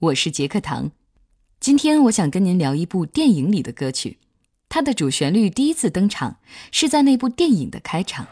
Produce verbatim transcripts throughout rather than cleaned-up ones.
我是杰克唐。今天我想跟您聊一部电影里的歌曲，它的主旋律第一次登场是在那部电影的开场。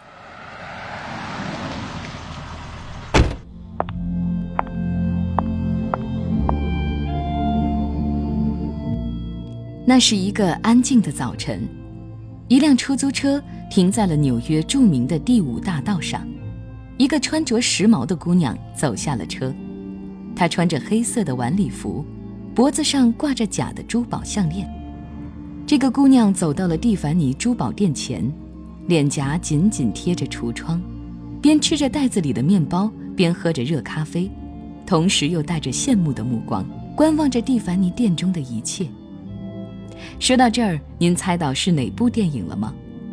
那是一个安静的早晨，一辆出租车停在了纽约著名的第五大道上，一个穿着时髦的姑娘走下了车。她穿着黑色的晚礼服，脖子上挂着假的珠宝项链。这个姑娘走到了蒂凡尼珠宝店前，脸颊紧紧贴着橱窗，边吃着袋子里的面包，边喝着热咖啡，同时又带着羡慕的目光观望着蒂凡尼店中的一切。说到这儿，您猜到是哪部电影了吗？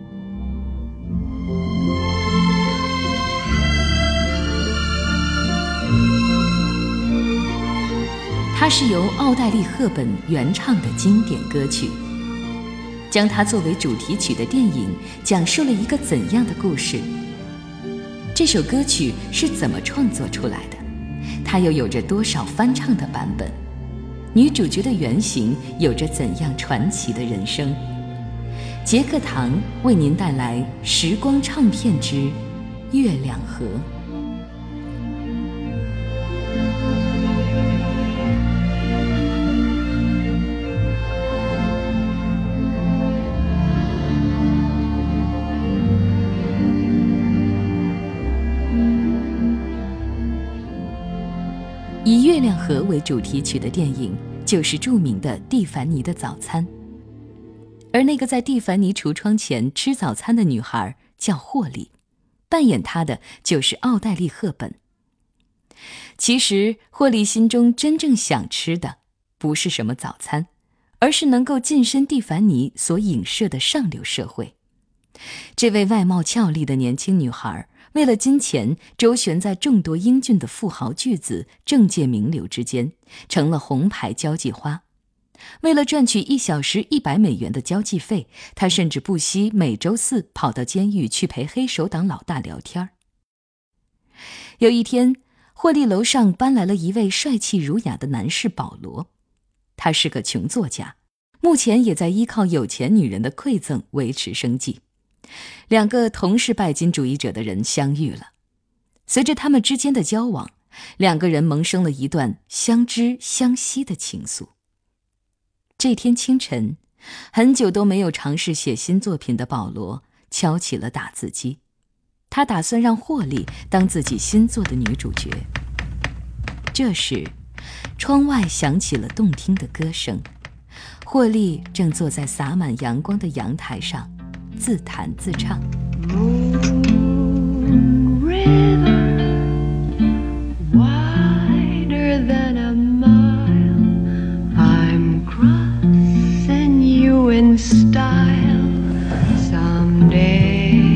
它是由奥黛丽·赫本原唱的经典歌曲。将它作为主题曲的电影讲述了一个怎样的故事？这首歌曲是怎么创作出来的？它又有着多少翻唱的版本？女主角的原型有着怎样传奇的人生？杰克唐为您带来《时光唱片之月亮河》。以月亮河为主题曲的电影就是著名的蒂凡尼的早餐，而那个在蒂凡尼橱窗前吃早餐的女孩叫霍利，扮演她的就是奥黛丽·赫本。其实霍利心中真正想吃的不是什么早餐，而是能够晋升蒂凡尼所影射的上流社会。这位外貌俏丽的年轻女孩为了金钱周旋在众多英俊的富豪巨子、政界名流之间，成了红牌交际花。为了赚取一小时一百美元的交际费，她甚至不惜每周四跑到监狱去陪黑手党老大聊天。有一天，霍利楼上搬来了一位帅气儒雅的男士保罗，他是个穷作家，目前也在依靠有钱女人的馈赠维持生计。两个同是拜金主义者的人相遇了，随着他们之间的交往，两个人萌生了一段相知相惜的情愫。这天清晨，很久都没有尝试写新作品的保罗敲起了打字机，他打算让霍利当自己新作的女主角。这时，窗外响起了动听的歌声，霍利正坐在洒满阳光的阳台上自弹自唱。 Moon River, wider than a mile, I'm crossing you in style someday.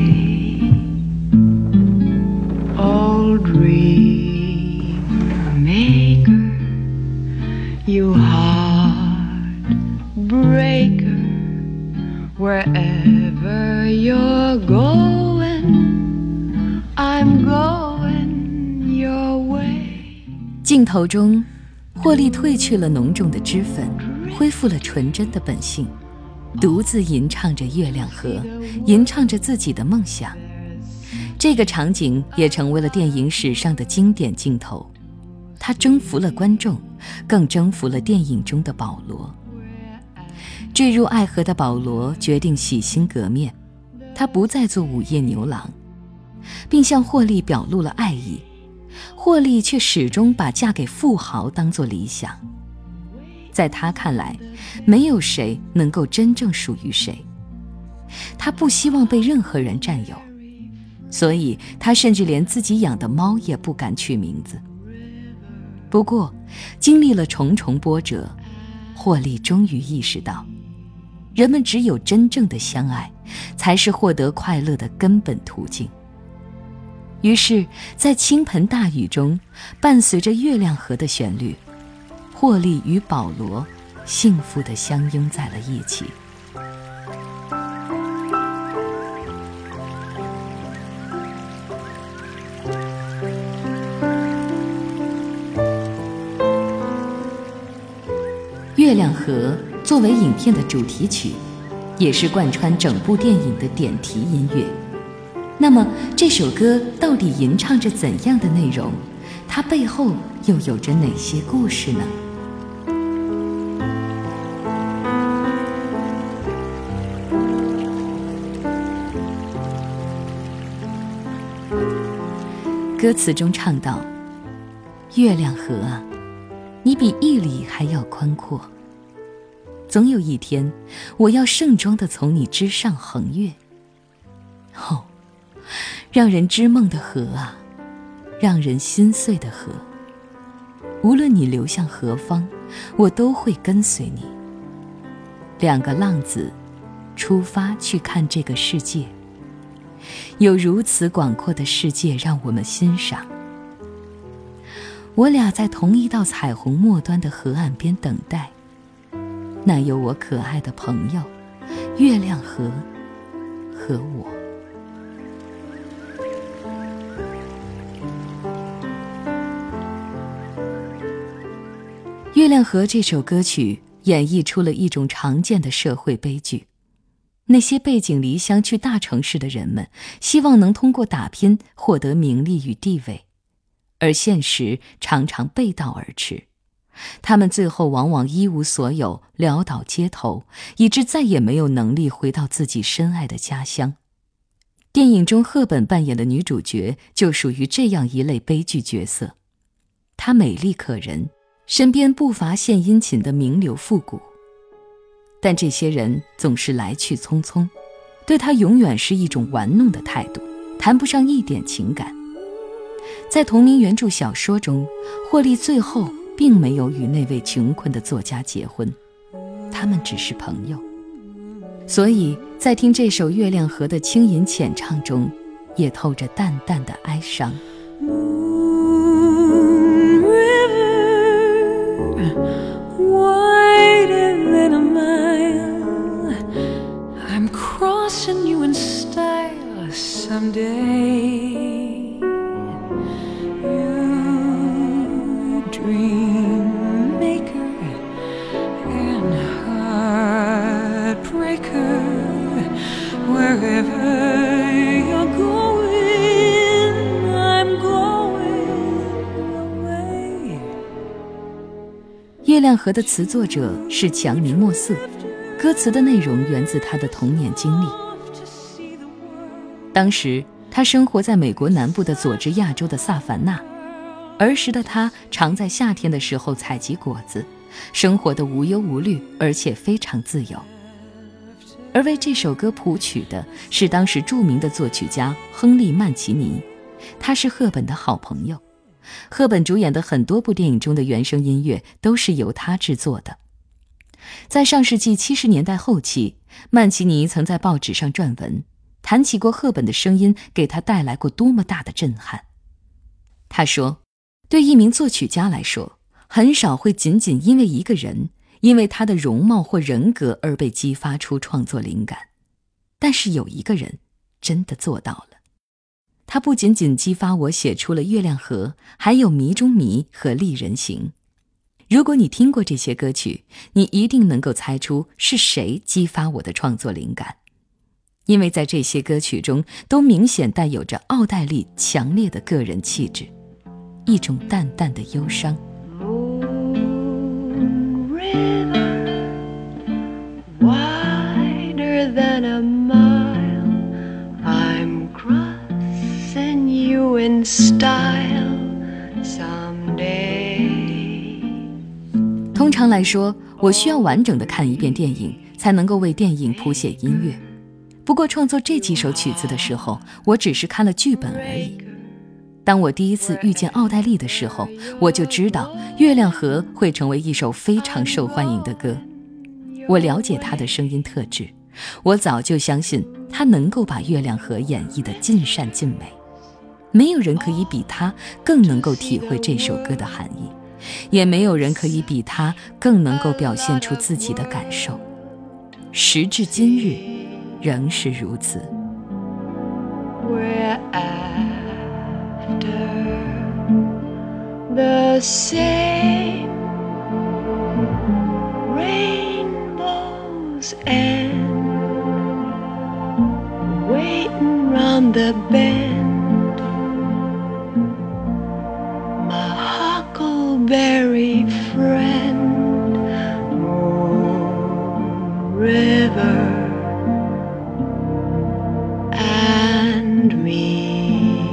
Old dream maker, you heartbreaker, wherever you're going, I'm going your way. 镜头中，霍利褪去了浓重的脂粉，恢复了纯真的本性，独自吟唱着月亮河，吟唱着自己的梦想。这个场景也成为了电影史上的经典镜头，它征服了观众，更征服了电影中的保罗。坠入爱河的保罗决定洗心革面，他不再做午夜牛郎，并向霍利表露了爱意。霍利却始终把嫁给富豪当作理想。在他看来，没有谁能够真正属于谁。他不希望被任何人占有，所以他甚至连自己养的猫也不敢取名字。不过，经历了重重波折，霍利终于意识到，人们只有真正的相爱，才是获得快乐的根本途径。于是，在倾盆大雨中，伴随着月亮河的旋律，霍利与保罗幸福地相拥在了一起。 月亮河作为影片的主题曲，也是贯穿整部电影的点题音乐。那么这首歌到底吟唱着怎样的内容？它背后又有着哪些故事呢？歌词中唱道：月亮河啊，你比一里还要宽阔，总有一天我要盛装地从你之上横越。哦，让人织梦的河啊，让人心碎的河，无论你流向何方，我都会跟随你。两个浪子出发去看这个世界，有如此广阔的世界让我们欣赏。我俩在同一道彩虹末端的河岸边等待，那有我可爱的朋友月亮河和我。月亮河这首歌曲演绎出了一种常见的社会悲剧。那些背井离乡去大城市的人们，希望能通过打拼获得名利与地位，而现实常常背道而驰。他们最后往往一无所有，潦倒街头，以致再也没有能力回到自己深爱的家乡。电影中赫本扮演的女主角就属于这样一类悲剧角色。她美丽可人，身边不乏献殷勤的名流富贾，但这些人总是来去匆匆，对她永远是一种玩弄的态度，谈不上一点情感。在同名原著小说中，霍利最后并没有与那位穷困的作家结婚，他们只是朋友。所以在听这首月亮河的轻吟浅唱中，也透着淡淡的哀伤。 Crossing you in style someday. You dream maker and heartbreaker, wherever you're going, I'm going away. 月亮河的词作者是强尼莫瑟，歌词的内容源自他的童年经历。当时他生活在美国南部的佐治亚州的萨凡纳，儿时的他常在夏天的时候采集果子，生活的无忧无虑，而且非常自由。而为这首歌谱曲的是当时著名的作曲家亨利·曼奇尼，他是赫本的好朋友。赫本主演的很多部电影中的原声音乐都是由他制作的。在上世纪七十年代后期，曼奇尼曾在报纸上撰文，谈起过赫本的声音给他带来过多么大的震撼。他说，对一名作曲家来说，很少会仅仅因为一个人，因为他的容貌或人格而被激发出创作灵感。但是有一个人真的做到了。他不仅仅激发我写出了《月亮河》，还有《迷中迷》和《丽人行》。如果你听过这些歌曲，你一定能够猜出是谁激发我的创作灵感，因为在这些歌曲中都明显带有着奥黛丽强烈的个人气质，一种淡淡的忧伤。 Moon River, wider than a mile, I'm crossing you in style someday. 通常来说，我需要完整的看一遍电影，才能够为电影谱写音乐。不过创作这几首曲子的时候，我只是看了剧本而已。当我第一次遇见奥黛丽的时候，我就知道《月亮河》会成为一首非常受欢迎的歌。我了解她的声音特质，我早就相信她能够把《月亮河》演绎得尽善尽美。没有人可以比她更能够体会这首歌的含义，也没有人可以比她更能够表现出自己的感受。时至今日，仍是如此。 We're after the same world's end, waiting round the bend, my huckleberry friend, Moon River and me.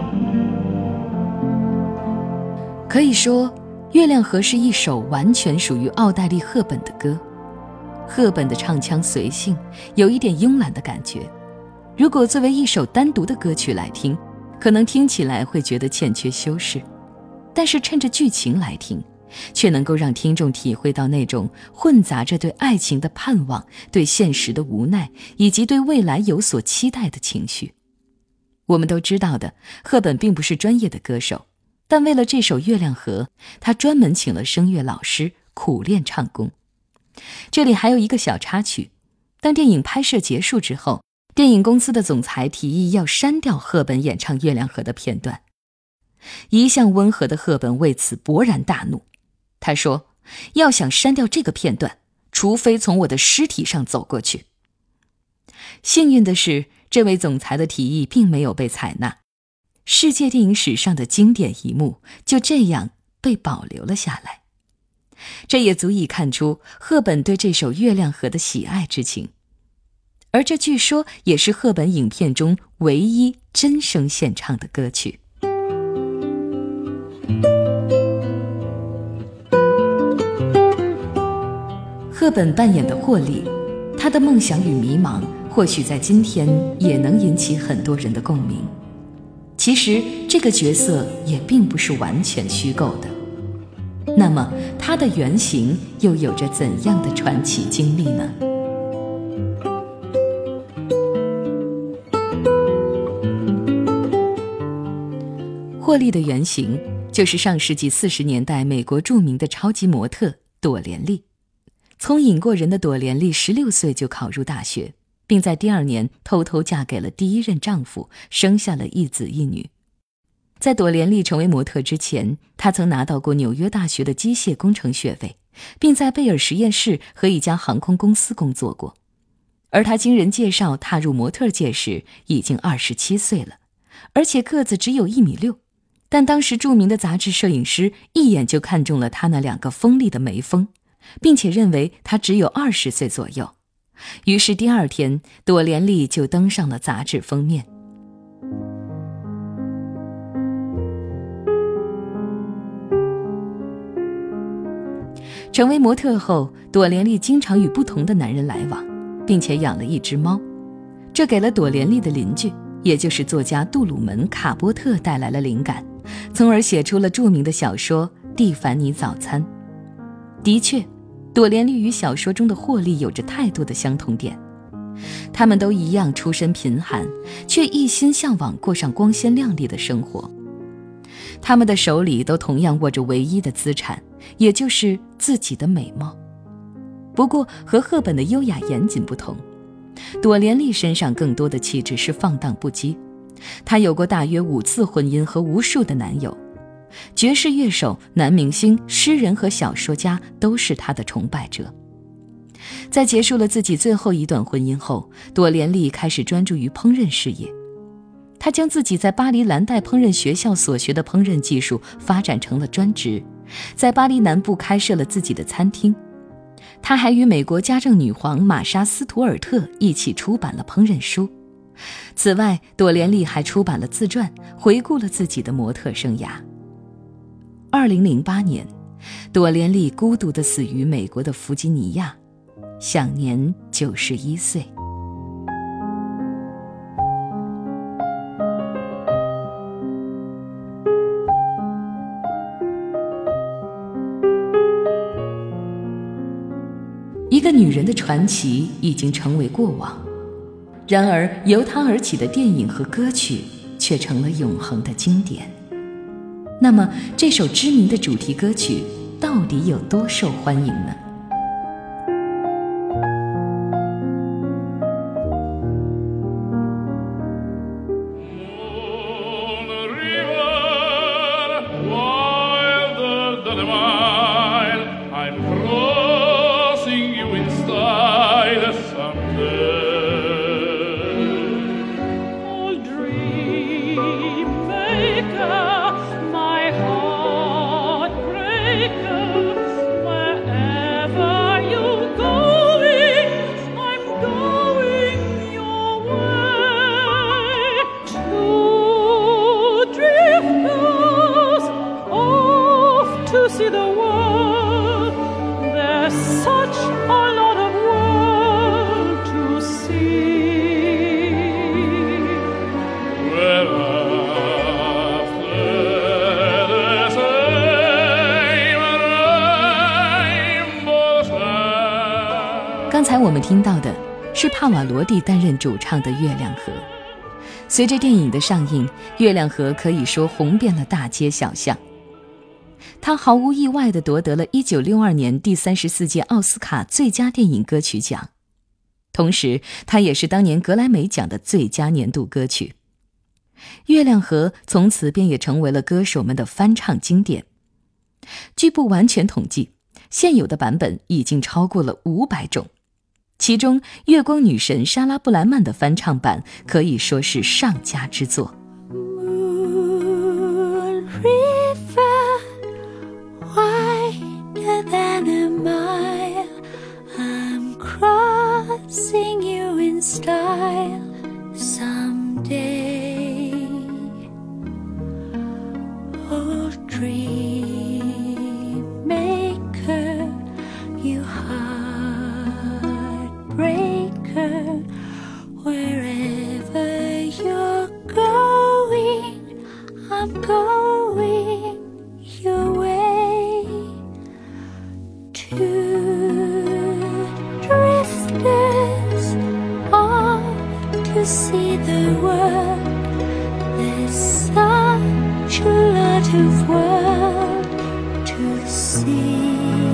可以说，月亮河是一首完全属于奥黛丽·赫本的歌。赫本的唱腔随性，有一点慵懒的感觉。如果作为一首单独的歌曲来听，可能听起来会觉得欠缺修饰，但是趁着剧情来听，却能够让听众体会到那种混杂着对爱情的盼望、对现实的无奈，以及对未来有所期待的情绪。我们都知道的，赫本并不是专业的歌手，但为了这首《月亮河》，他专门请了声乐老师苦练唱功。这里还有一个小插曲，当电影拍摄结束之后，电影公司的总裁提议要删掉赫本演唱《月亮河》的片段。一向温和的赫本为此勃然大怒，他说，要想删掉这个片段，除非从我的尸体上走过去。幸运的是，这位总裁的提议并没有被采纳，世界电影史上的经典一幕就这样被保留了下来。这也足以看出赫本对这首《月亮河》的喜爱之情，而这据说也是赫本影片中唯一真声献唱的歌曲。赫本扮演的霍利，她的梦想与迷茫或许在今天也能引起很多人的共鸣。其实这个角色也并不是完全虚构的，那么它的原型又有着怎样的传奇经历呢？霍利的原型就是上世纪四十年代美国著名的超级模特朵莲丽。聪颖过人的朵莲丽十六岁就考入大学，并在第二年偷偷嫁给了第一任丈夫，生下了一子一女。在朵莲丽成为模特之前，她曾拿到过纽约大学的机械工程学位，并在贝尔实验室和一家航空公司工作过。而她经人介绍踏入模特界时已经二十七岁了，而且个子只有一米六。但当时著名的杂志摄影师一眼就看中了她那两个锋利的眉峰，并且认为她只有二十岁左右。于是第二天，朵莲丽就登上了杂志封面。成为模特后，朵莲丽经常与不同的男人来往，并且养了一只猫。这给了朵莲丽的邻居，也就是作家杜鲁门·卡波特带来了灵感，从而写出了著名的小说《蒂凡尼早餐》。的确，朵莲丽与小说中的霍利有着太多的相同点，他们都一样出身贫寒，却一心向往过上光鲜亮丽的生活。他们的手里都同样握着唯一的资产，也就是自己的美貌。不过和赫本的优雅严谨不同，朵莲丽身上更多的气质是放荡不羁。她有过大约五次婚姻和无数的男友，爵士乐手、男明星、诗人和小说家都是她的崇拜者。在结束了自己最后一段婚姻后，朵莲丽开始专注于烹饪事业。她将自己在巴黎蓝带烹饪学校所学的烹饪技术发展成了专职，在巴黎南部开设了自己的餐厅。她还与美国家政女皇玛莎·斯图尔特一起出版了烹饪书。此外，朵莲丽还出版了自传，回顾了自己的模特生涯。二零零八年，朵莲丽孤独地死于美国的弗吉尼亚，享年九十一岁。一个女人的传奇已经成为过往，然而由她而起的电影和歌曲却成了永恒的经典。那么这首知名的主题歌曲到底有多受欢迎呢？ 刚才我们听到的是帕瓦罗蒂担任主唱的《月亮河》。随着电影的上映，《月亮河》可以说红遍了大街小巷。它毫无意外地夺得了一九六二年第三十四届奥斯卡最佳电影歌曲奖，同时它也是当年格莱美奖的最佳年度歌曲。《月亮河》从此便也成为了歌手们的翻唱经典。据不完全统计，现有的版本已经超过了五百种，其中月光女神莎拉布莱曼的翻唱版可以说是上佳之作。 Moon river, wider than a mile, I'm crossing you in style someday. Oh, dream maker, you heartbreaker, wherever you're going, I'm going your way. Two drifters off to see the world. There's such a lot of world to see.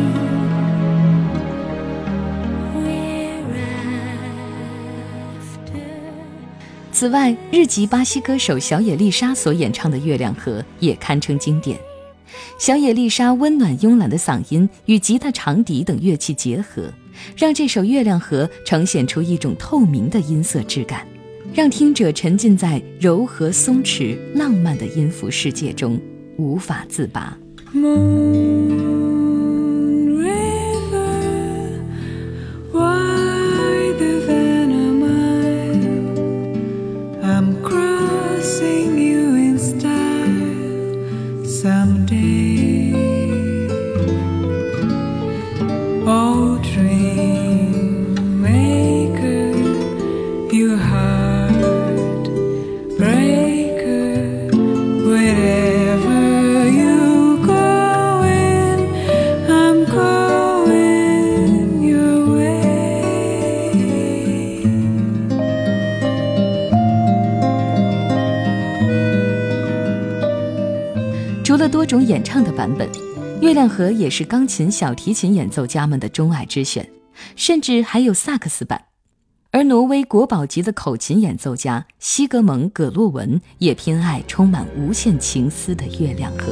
We're after. 此外，日籍巴西歌手小野丽莎所演唱的《月亮河》也堪称经典。小野丽莎温暖慵懒的嗓音与吉他、长笛等乐器结合，让这首《月亮河》呈现出一种透明的音色质感，让听者沉浸在柔和松弛浪漫的音符世界中无法自拔。 Moon river, wider than a mile, I'm crossing you in style someday. Oh, dream maker, you heartbreaker, wherever you going, I'm going your way. 除了多种演唱的版本，《月亮河》也是钢琴、小提琴演奏家们的钟爱之选，甚至还有萨克斯版。而挪威国宝级的口琴演奏家西格蒙·葛洛文也偏爱充满无限情思的《月亮河》。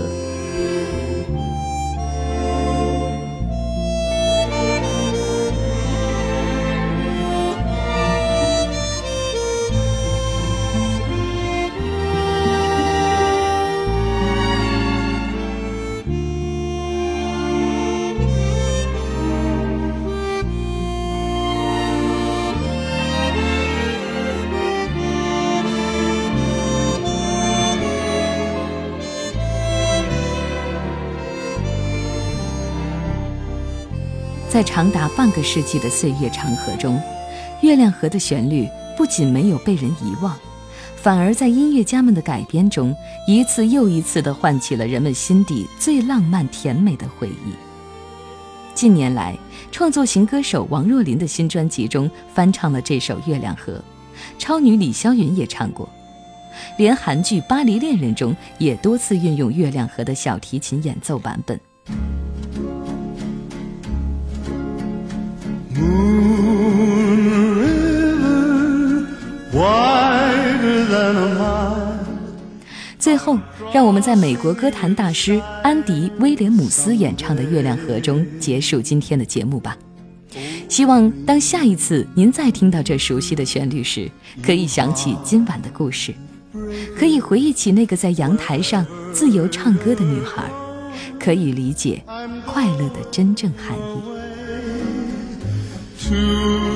在长达半个世纪的岁月长河中，月亮河的旋律不仅没有被人遗忘，反而在音乐家们的改编中，一次又一次地唤起了人们心底最浪漫甜美的回忆。近年来，创作型歌手王若琳的新专辑中翻唱了这首《月亮河》，超女李霄云也唱过，连韩剧《巴黎恋人》中也多次运用《月亮河》的小提琴演奏版本。 Moon river, wider than a mile. 最后，让我们在美国歌坛大师安迪·威廉姆斯演唱的《月亮河》中结束今天的节目吧。希望当下一次您再听到这熟悉的旋律时，可以想起今晚的故事，可以回忆起那个在阳台上自由唱歌的女孩，可以理解快乐的真正含义。 Two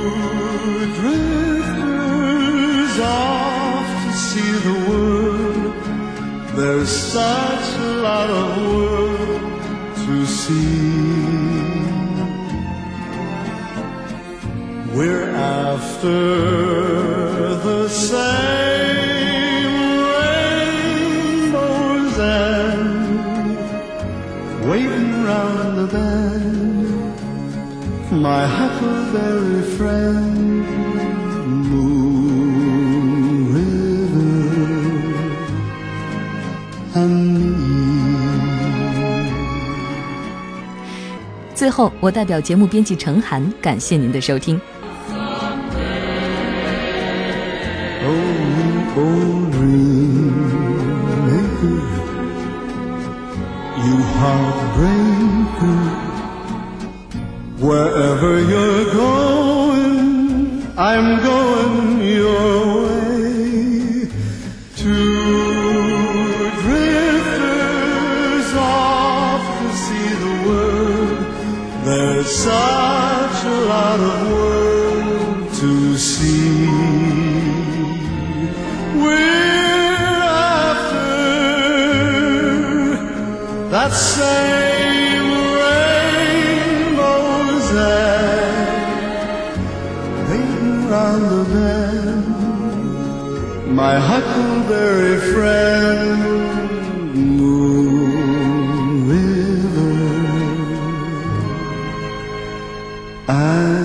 drifters off to see the world. There's such a lot of world to see. We're after the same rainbows and waiting round the bend my huckleberry friend, Moon River and me。 最后，我代表节目编辑程涵，感谢您的收听。 Oh, oh, dreammaker, you heartbreaker, wherever you're going, I'm going your way. Two drifters off to see the world. There's such a lot of world to see. We're after that same rainbow's end, waiting round the bend, my huckleberry friend, Moon River and